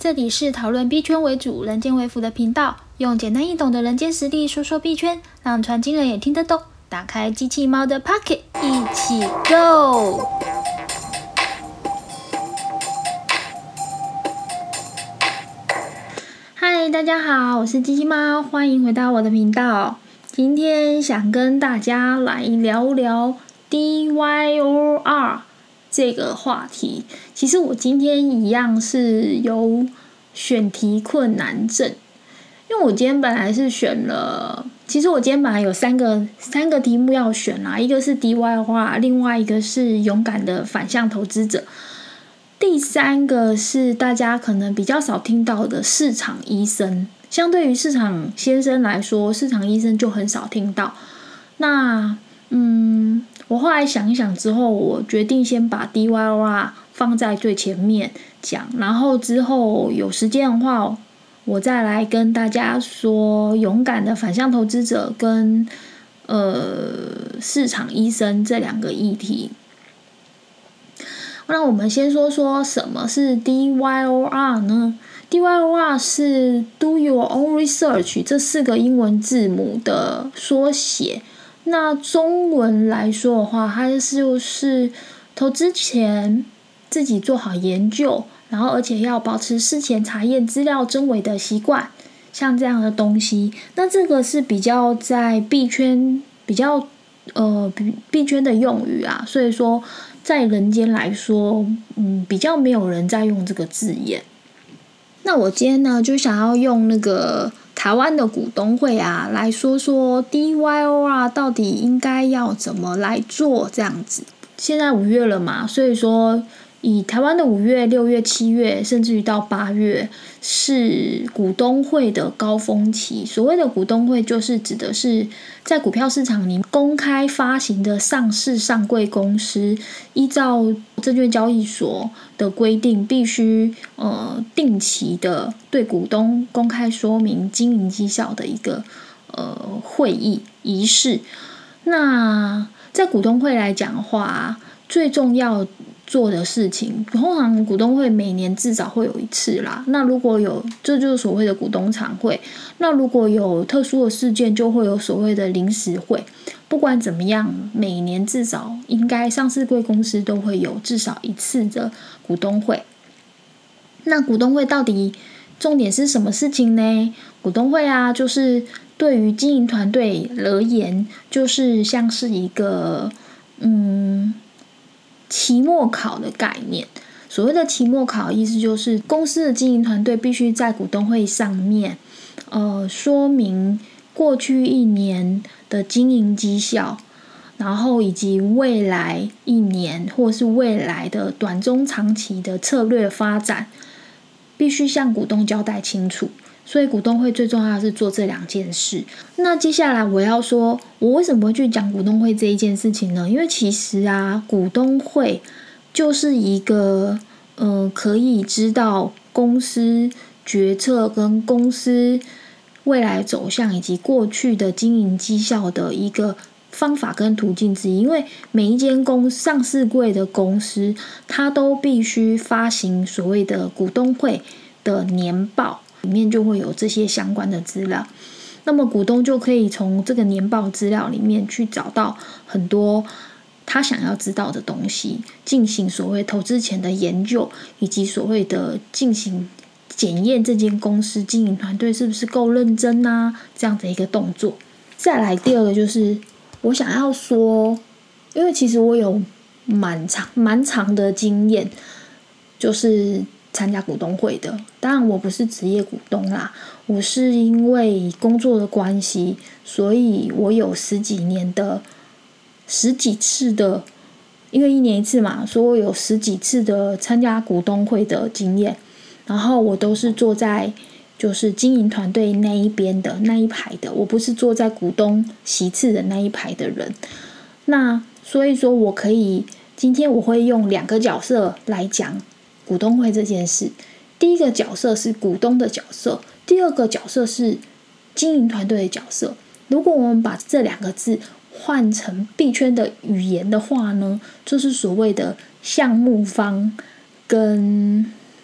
这里是讨论币圈为主、人间为辅的频道，用简单易懂的人间实力说说币圈，让传经人也听得懂。打开机器猫的 Pocket， 一起 Go！ 嗨，大家好，我是机器猫，欢迎回到我的频道。今天想跟大家来聊聊 DYOR 这个话题。其实我今天一样是有选题困难症，因为我今天本来是选了，其实我今天本来有三个题目要选啦，一个是 DYOR， 另外一个是勇敢的反向投资者，第三个是大家可能比较少听到的市场医生。相对于市场先生来说，市场医生就很少听到。那我后来想一想之后，我决定先把 DYOR 放在最前面讲，然后之后有时间的话，我再来跟大家说勇敢的反向投资者跟市场医生这两个议题。那我们先说说什么是 DYOR 呢？ DYOR 是 Do Your Own Research 这4个英文字母的缩写。那中文来说的话，它就是投资前自己做好研究，然后而且要保持事前查验资料真伪的习惯，像这样的东西。那这个是比较在币圈比较币圈的用语啊，所以说在人间来说，比较没有人在用这个字眼。那我今天呢，就想要用那个台湾的股东会啊，来说说 DYOR 到底应该要怎么来做这样子。现在5月了嘛，所以说以台湾的5月、6月、7月，甚至于到8月是股东会的高峰期。所谓的股东会，就是指的是在股票市场里公开发行的上市上柜公司，依照证券交易所的规定，必须定期的对股东公开说明经营绩效的一个会议仪式。那在股东会来讲的话，最重要做的事情，通常股东会每年至少会有一次啦。那如果有，这就是所谓的股东常会。那如果有特殊的事件，就会有所谓的临时会。不管怎么样，每年至少应该上市柜公司都会有至少一次的股东会。那股东会到底重点是什么事情呢？股东会啊，就是对于经营团队而言，就是像是一个期末考的概念。所谓的期末考，意思就是公司的经营团队必须在股东会上面说明过去1年的经营绩效，然后以及未来1年或是未来的短中长期的策略发展，必须向股东交代清楚。所以股东会最重要的是做这2件事。那接下来我要说，我为什么会去讲股东会这一件事情呢？因为其实啊，股东会就是一个可以知道公司决策跟公司未来走向以及过去的经营绩效的一个方法跟途径之一。因为每一间上市柜的公司，它都必须发行所谓的股东会的年报，里面就会有这些相关的资料。那么股东就可以从这个年报资料里面去找到很多他想要知道的东西，进行所谓投资前的研究，以及所谓的进行检验这间公司经营团队是不是够认真啊，这样的一个动作。再来第二个就是我想要说，因为其实我有蛮长的经验，就是参加股东会的。当然我不是职业股东啦，我是因为工作的关系，所以我有十几次的，因为1年1次嘛，所以我有10几次的参加股东会的经验。然后我都是坐在就是经营团队那一边的那一排的，我不是坐在股东席次的那一排的人。那所以说今天我会用2个角色来讲股东会这件事。第一个角色是股东的角色，第二个角色是经营团队的角色。如果我们把这2个字换成币圈的语言的话呢，就是所谓的项目方跟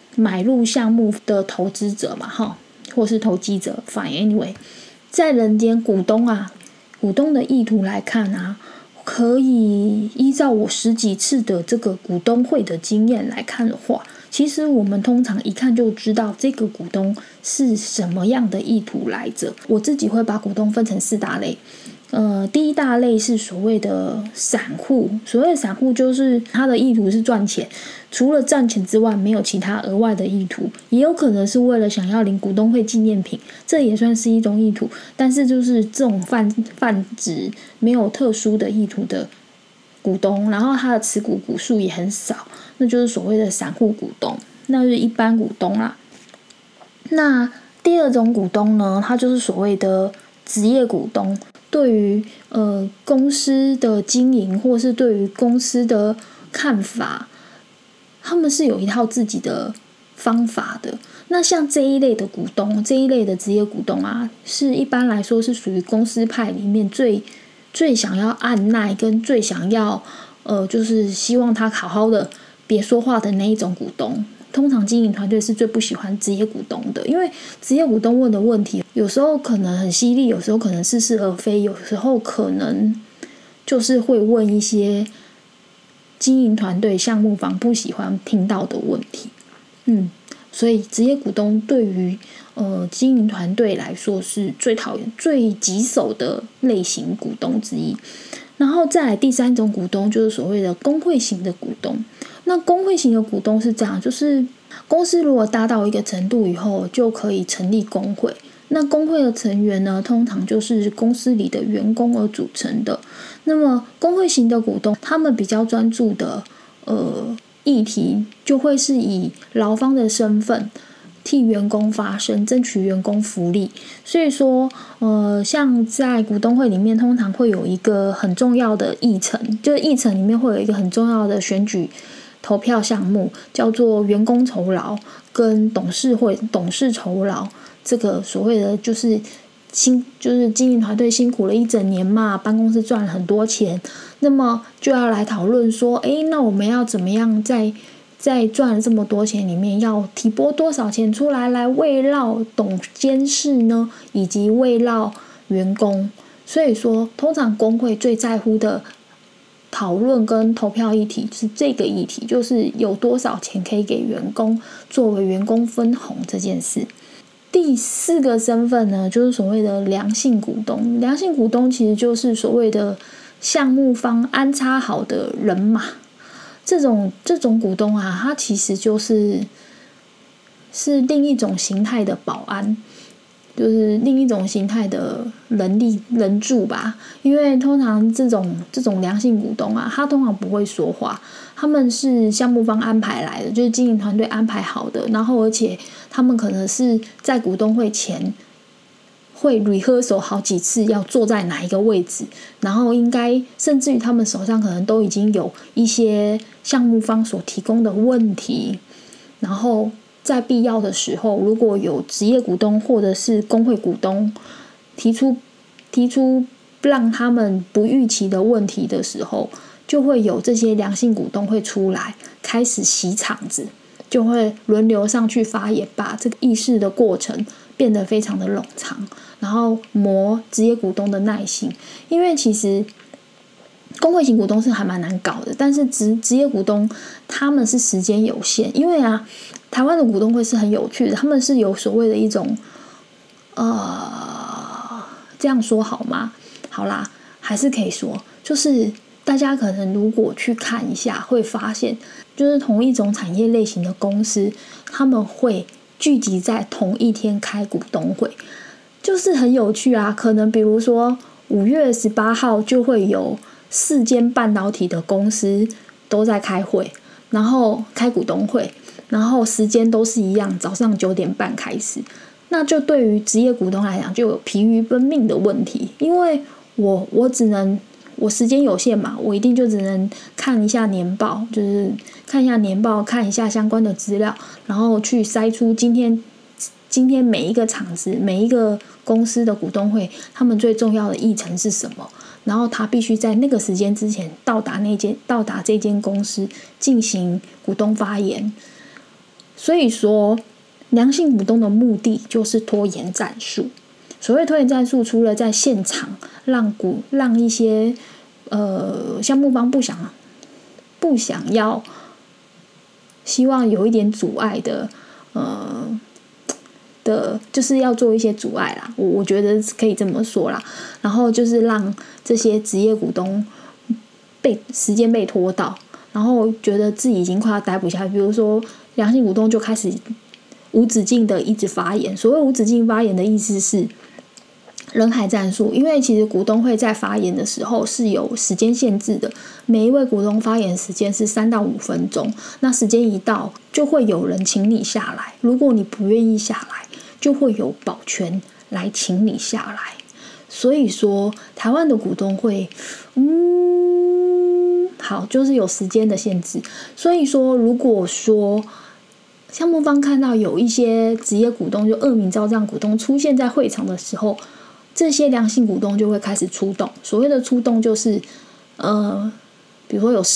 买入项目的投资者嘛，或是投机者 ，fine anyway， 在人间股东的意图来看啊，可以依照我10几次的这个股东会的经验来看的话，其实我们通常一看就知道这个股东是什么样的意图来着。我自己会把股东分成4大类。第一大类是所谓的散户，所谓的散户就是他的意图是赚钱，除了赚钱之外没有其他额外的意图，也有可能是为了想要领股东会纪念品，这也算是一种意图，但是就是这种泛指没有特殊的意图的股东，然后他的持股股数也很少，那就是所谓的散户股东，那就是一般股东啦。那第二种股东呢，他就是所谓的职业股东，对于公司的经营或是对于公司的看法，他们是有一套自己的方法的。那像这一类的股东，这一类的职业股东啊，是一般来说是属于公司派里面最想要按捺跟最想要就是希望他好好的别说话的那一种股东。通常经营团队是最不喜欢职业股东的，因为职业股东问的问题有时候可能很犀利，有时候可能似是而非，有时候可能就是会问一些经营团队项目方不喜欢听到的问题。所以职业股东对于经营团队来说是最讨厌、最棘手的类型股东之一。然后再来第3种股东就是所谓的工会型的股东。那工会型的股东是这样，就是公司如果大到一个程度以后，就可以成立工会。那工会的成员呢，通常就是公司里的员工而组成的。那么工会型的股东，他们比较专注的议题，就会是以劳方的身份替员工发声，争取员工福利。所以说像在股东会里面通常会有一个很重要的议程，就是议程里面会有一个很重要的选举投票项目，叫做员工酬劳跟董事酬劳。这个所谓的就是经营团队辛苦了一整年嘛，办公室赚了很多钱，那么就要来讨论说，那我们要怎么样在赚了这么多钱里面，要提拨多少钱出来慰劳董监事呢，以及慰劳员工。所以说，通常工会最在乎的讨论跟投票议题是这个议题，就是有多少钱可以给员工作为员工分红这件事。第4个身份呢，就是所谓的良性股东。良性股东其实就是所谓的项目方安插好的人马。这种股东啊，它其实就是另一种形态的保安，就是另一种形态的人助吧。因为通常这种良性股东啊，他通常不会说话，他们是项目方安排来的，就是经营团队安排好的，然后而且他们可能是在股东会前会 rehearsal 好几次要坐在哪一个位置，然后应该甚至于他们手上可能都已经有一些项目方所提供的问题，然后在必要的时候，如果有职业股东或者是工会股东提出让他们不预期的问题的时候，就会有这些良性股东会出来开始洗场子，就会轮流上去发言，把这个议事的过程变得非常的冗长，然后磨职业股东的耐心。因为其实工会型股东是还蛮难搞的，但是职业股东他们是时间有限。因为台湾的股东会是很有趣的，他们是有所谓的一种这样说好吗？好啦，还是可以说，就是大家可能如果去看一下，会发现就是同一种产业类型的公司，他们会聚集在同一天开股东会，就是很有趣啊。可能比如说5月18号就会有4间半导体的公司都在开会，然后开股东会，然后时间都是一样，早上9点半开始。那就对于职业股东来讲，就有疲于奔命的问题，因为我时间有限嘛，我一定就只能看一下年报，就是看一下年报，看一下相关的资料，然后去筛出今天每一个场子、每一个公司的股东会，他们最重要的议程是什么，然后他必须在那个时间之前到达这间公司进行股东发言。 所以说良性股东的目的就是拖延战术。所谓拖延战术，除了在现场让一些项目方不想要，希望有一点阻碍的就是要做一些阻碍啦，我觉得可以这么说啦。然后就是让这些职业股东时间被拖到，然后觉得自己已经快要待不下去。比如说良性股东就开始无止境的一直发言。所谓无止境发言的意思是人海战术，因为其实股东会在发言的时候是有时间限制的，每一位股东发言时间是3到5分钟，那时间一到就会有人请你下来，如果你不愿意下来，就会有保全来请你下来。所以说台湾的股东会好，就是有时间的限制。所以说如果说项目方看到有一些职业股东，就恶名昭彰股东出现在会场的时候，这些良性股东就会开始出动。所谓的出动就是比如说有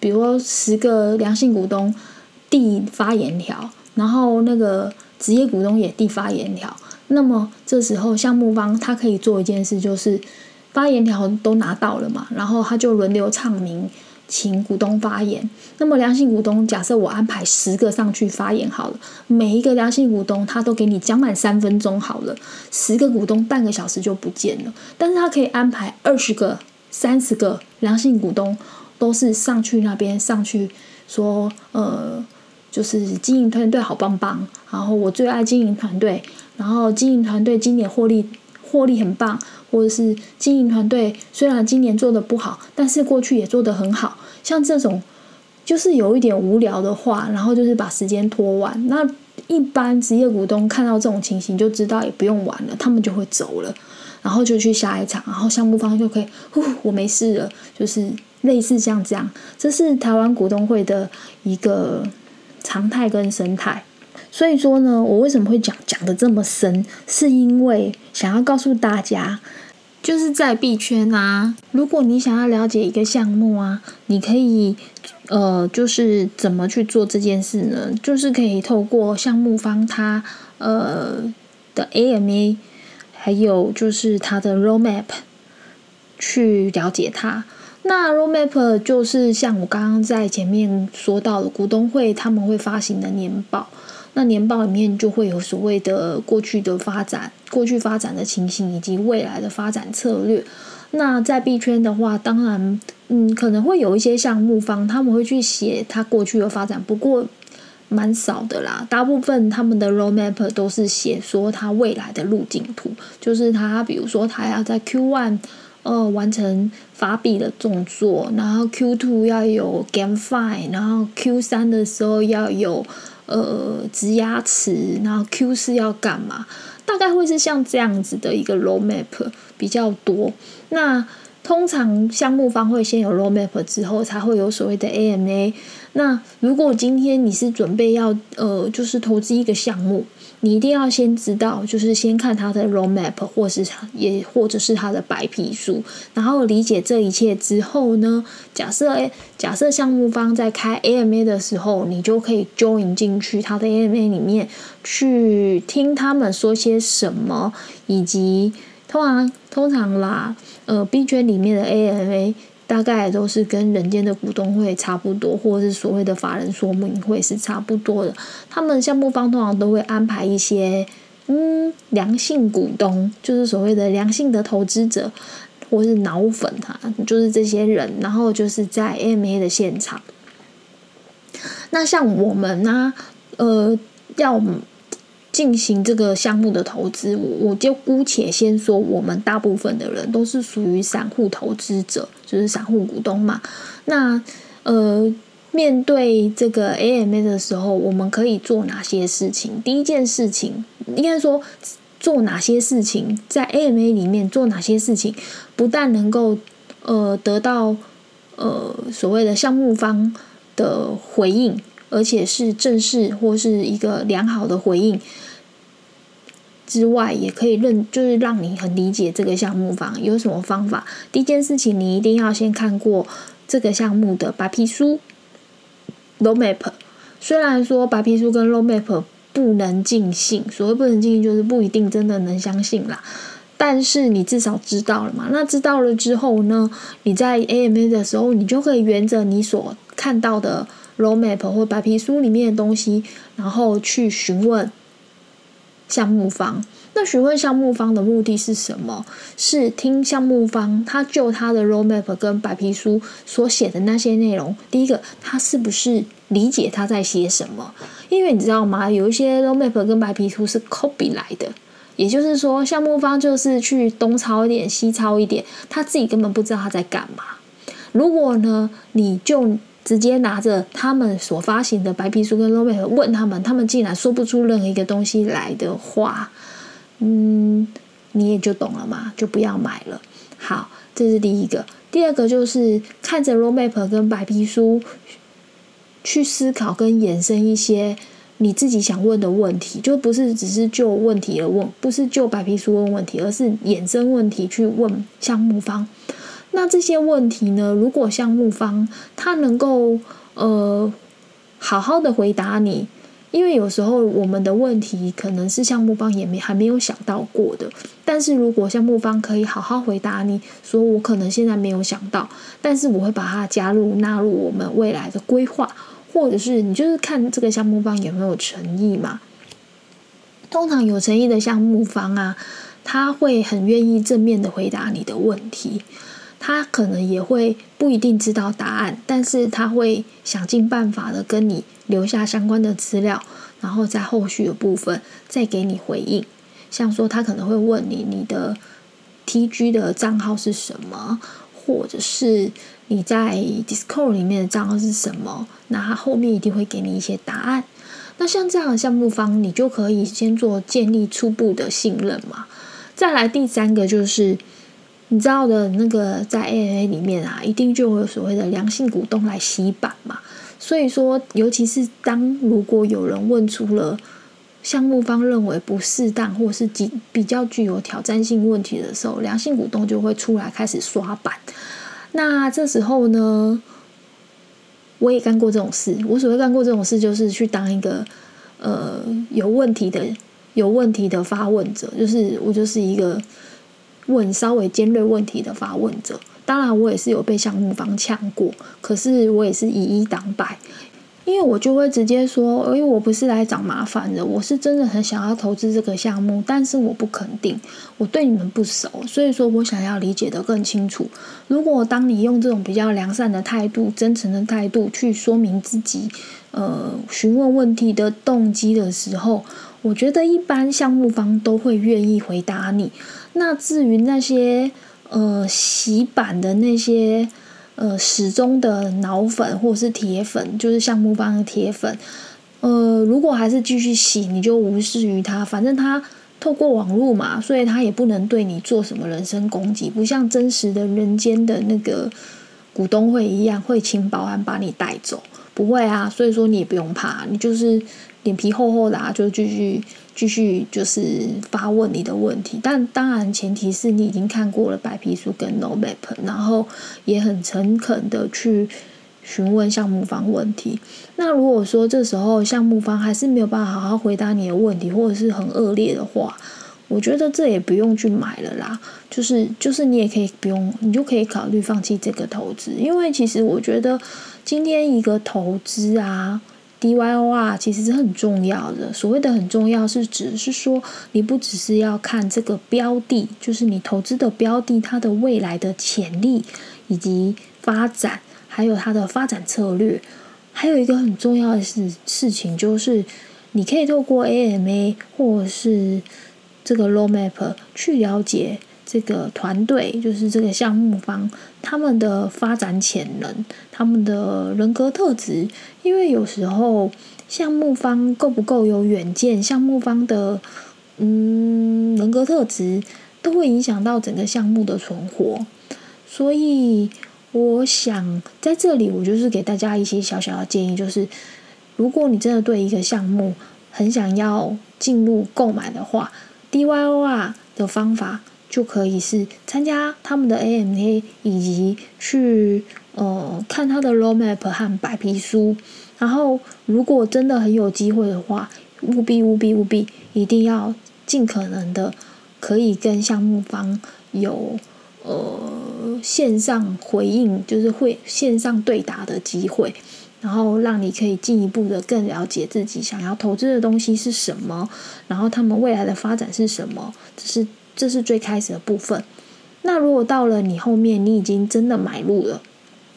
10个良性股东递发言条，然后那个职业股东也递发言条，那么这时候项目方他可以做一件事，就是发言条都拿到了嘛，然后他就轮流唱名请股东发言。那么良性股东，假设我安排10个上去发言好了，每一个良性股东他都给你讲满3分钟好了，10个股东半个小时就不见了。但是他可以安排20个、30个良性股东都是上去那边说就是经营团队好棒棒，然后我最爱经营团队，然后经营团队今年获利很棒，或者是经营团队虽然今年做得不好，但是过去也做得很好。像这种就是有一点无聊的话，然后就是把时间拖完。那一般职业股东看到这种情形就知道也不用玩了，他们就会走了，然后就去下一场，然后项目方就可以我没事了，就是类似像这样。这是台湾股东会的一个常态跟生态。所以说呢，我为什么会讲得这么深，是因为想要告诉大家，就是在币圈啊，如果你想要了解一个项目啊，你可以就是怎么去做这件事呢？就是可以透过项目方他的 AMA， 还有就是他的 roadmap 去了解它。那 roadmap 就是像我刚刚在前面说到的，股东会他们会发行的年报，那年报里面就会有所谓的过去发展的情形以及未来的发展策略。那在币圈的话，当然可能会有一些项目方他们会去写他过去的发展，不过蛮少的啦，大部分他们的 roadmap 都是写说他未来的路径图，就是他比如说他要在 Q1完成发币的动作，然后 Q2 要有 GameFi， 然后 Q3 的时候要有质押池，然后 Q4 要干嘛，大概会是像这样子的一个 roadmap 比较多。那通常项目方会先有 roadmap 之后才会有所谓的 AMA。 那如果今天你是准备要就是投资一个项目，你一定要先知道，就是先看它的 roadmap 或者是它的白皮书，然后理解这一切之后呢，假设项目方在开 AMA 的时候，你就可以 join 进去它的 AMA 里面去听他们说些什么，以及通常啦币圈里面的 AMA 大概都是跟人间的股东会差不多，或者是所谓的法人说明会是差不多的。他们项目方通常都会安排一些良性股东，就是所谓的良性的投资者或是脑粉就是这些人，然后就是在 AMA 的现场。那像我们呢要进行这个项目的投资，我就姑且先说我们大部分的人都是属于散户投资者，就是散户股东嘛。那面对这个 AMA 的时候，我们可以做哪些事情？第一件事情应该说做哪些事情，在 AMA 里面做哪些事情，不但能够得到所谓的项目方的回应，而且是正式或是一个良好的回应之外，也可以就是让你很理解这个项目方有什么方法。第一件事情，你一定要先看过这个项目的白皮书 roadmap。 虽然说白皮书跟 roadmap 不能尽信，所谓不能尽信就是不一定真的能相信啦，但是你至少知道了嘛。那知道了之后呢，你在 AMA 的时候，你就可以沿着你所看到的 roadmap 或白皮书里面的东西，然后去询问项目方。那询问项目方的目的是什么？是听项目方他就他的 roadmap 跟白皮书所写的那些内容，第一个他是不是理解他在写什么？因为你知道吗，有一些 roadmap 跟白皮书是 copy 来的，也就是说项目方就是去东抄一点西抄一点，他自己根本不知道他在干嘛。如果呢你就直接拿着他们所发行的白皮书跟 roadmap 问他们，他们竟然说不出任何一个东西来的话，你也就懂了嘛，就不要买了。好，这是第一个。第二个就是看着 roadmap 跟白皮书去思考跟衍生一些你自己想问的问题，就不是只是就问题而问，不是就白皮书问问题，而是衍生问题去问项目方。那这些问题呢，如果项目方他能够好好的回答你，因为有时候我们的问题可能是项目方还没有想到过的，但是如果项目方可以好好回答你说我可能现在没有想到，但是我会把它纳入我们未来的规划，或者是你就是看这个项目方有没有诚意嘛。通常有诚意的项目方啊，他会很愿意正面的回答你的问题，他可能也会不一定知道答案，但是他会想尽办法的跟你留下相关的资料，然后在后续的部分再给你回应。像说他可能会问你的 TG 的账号是什么，或者是你在 Discord 里面的账号是什么，那他后面一定会给你一些答案。那像这样的项目方，你就可以先做建立初步的信任嘛。再来第三个就是你知道的那个在 AMA 里面啊，一定就会有所谓的良性股东来洗版嘛。所以说，尤其是如果有人问出了项目方认为不适当或是比较具有挑战性问题的时候，良性股东就会出来开始刷版。那这时候呢，我也干过这种事。我所谓干过这种事，就是去当一个有问题的发问者，就是我就是一个问稍微尖锐问题的发问者。当然我也是有被项目方呛过，可是我也是以一挡百，因为我就会直接说，因为我不是来找麻烦的，我是真的很想要投资这个项目，但是我不肯定，我对你们不熟，所以说我想要理解得更清楚。如果当你用这种比较良善的态度、真诚的态度去说明自己询问问题的动机的时候，我觉得一般项目方都会愿意回答你。那至于那些洗版的那些始终的脑粉或者是铁粉，就是项目方的铁粉，如果还是继续洗，你就无视于他，反正他透过网络嘛，所以他也不能对你做什么人身攻击，不像真实的人间的那个股东会一样会请保安把你带走，不会啊，所以说你也不用怕，你就是脸皮厚厚的啊，就继续就是发问你的问题，但当然前提是你已经看过了白皮书跟 roadmap， 然后也很诚恳的去询问项目方问题。那如果说这时候项目方还是没有办法好好回答你的问题，或者是很恶劣的话，我觉得这也不用去买了啦，就是你也可以不用，你就可以考虑放弃这个投资。因为其实我觉得今天一个投资啊DYOR 其实是很重要的，所谓的很重要是指是说你不只是要看这个标的，就是你投资的标的它的未来的潜力以及发展，还有它的发展策略，还有一个很重要的事情就是你可以透过 AMA 或者是这个 roadmap 去了解这个团队，就是这个项目方他们的发展潜能，他们的人格特质。因为有时候项目方够不够有远见，项目方的人格特质都会影响到整个项目的存活。所以我想在这里我就是给大家一些小小的建议，就是如果你真的对一个项目很想要进入购买的话， DYOR 的方法就可以是参加他们的 AMA， 以及去看他的 roadmap 和白皮书， 然后如果真的很有机会的话，务必一定要尽可能的可以跟项目方有线上回应，就是会线上对答的机会，然后让你可以进一步的更了解自己想要投资的东西是什么，然后他们未来的发展是什么，这是最开始的部分。那如果到了你后面你已经真的买入了，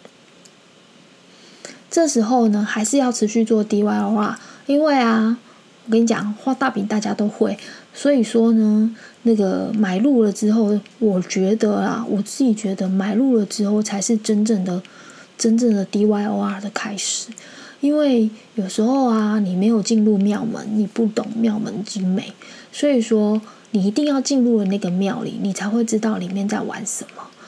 这时候呢还是要持续做 DYOR， 因为我跟你讲画大饼大家都会，所以说呢那个买入了之后，我自己觉得买入了之后才是真正的 DYOR 的开始。因为有时候你没有进入庙门，你不懂庙门之美，所以说你一定要进入了那个庙里，你才会知道里面在玩什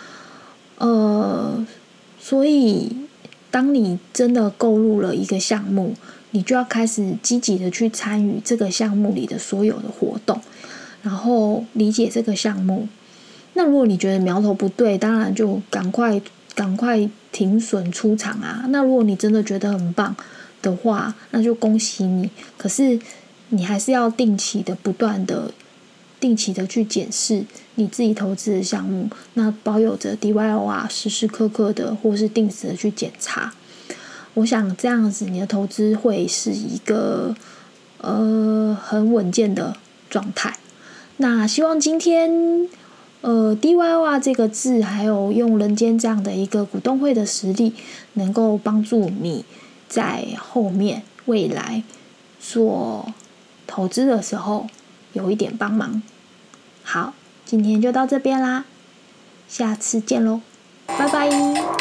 么。所以当你真的购入了一个项目，你就要开始积极的去参与这个项目里的所有的活动，然后理解这个项目。那如果你觉得苗头不对，当然就赶快停损出场那如果你真的觉得很棒的话，那就恭喜你。可是你还是要不断的定期的去检视你自己投资的项目，那保有着 DYOR 时时刻刻的或是定时的去检查。我想这样子你的投资会是一个很稳健的状态。那希望今天DYOR 这个字，还有用人间这样的一个股东会的实力，能够帮助你在后面未来做投资的时候有一点帮忙。好，今天就到这边啦，下次见咯，拜拜。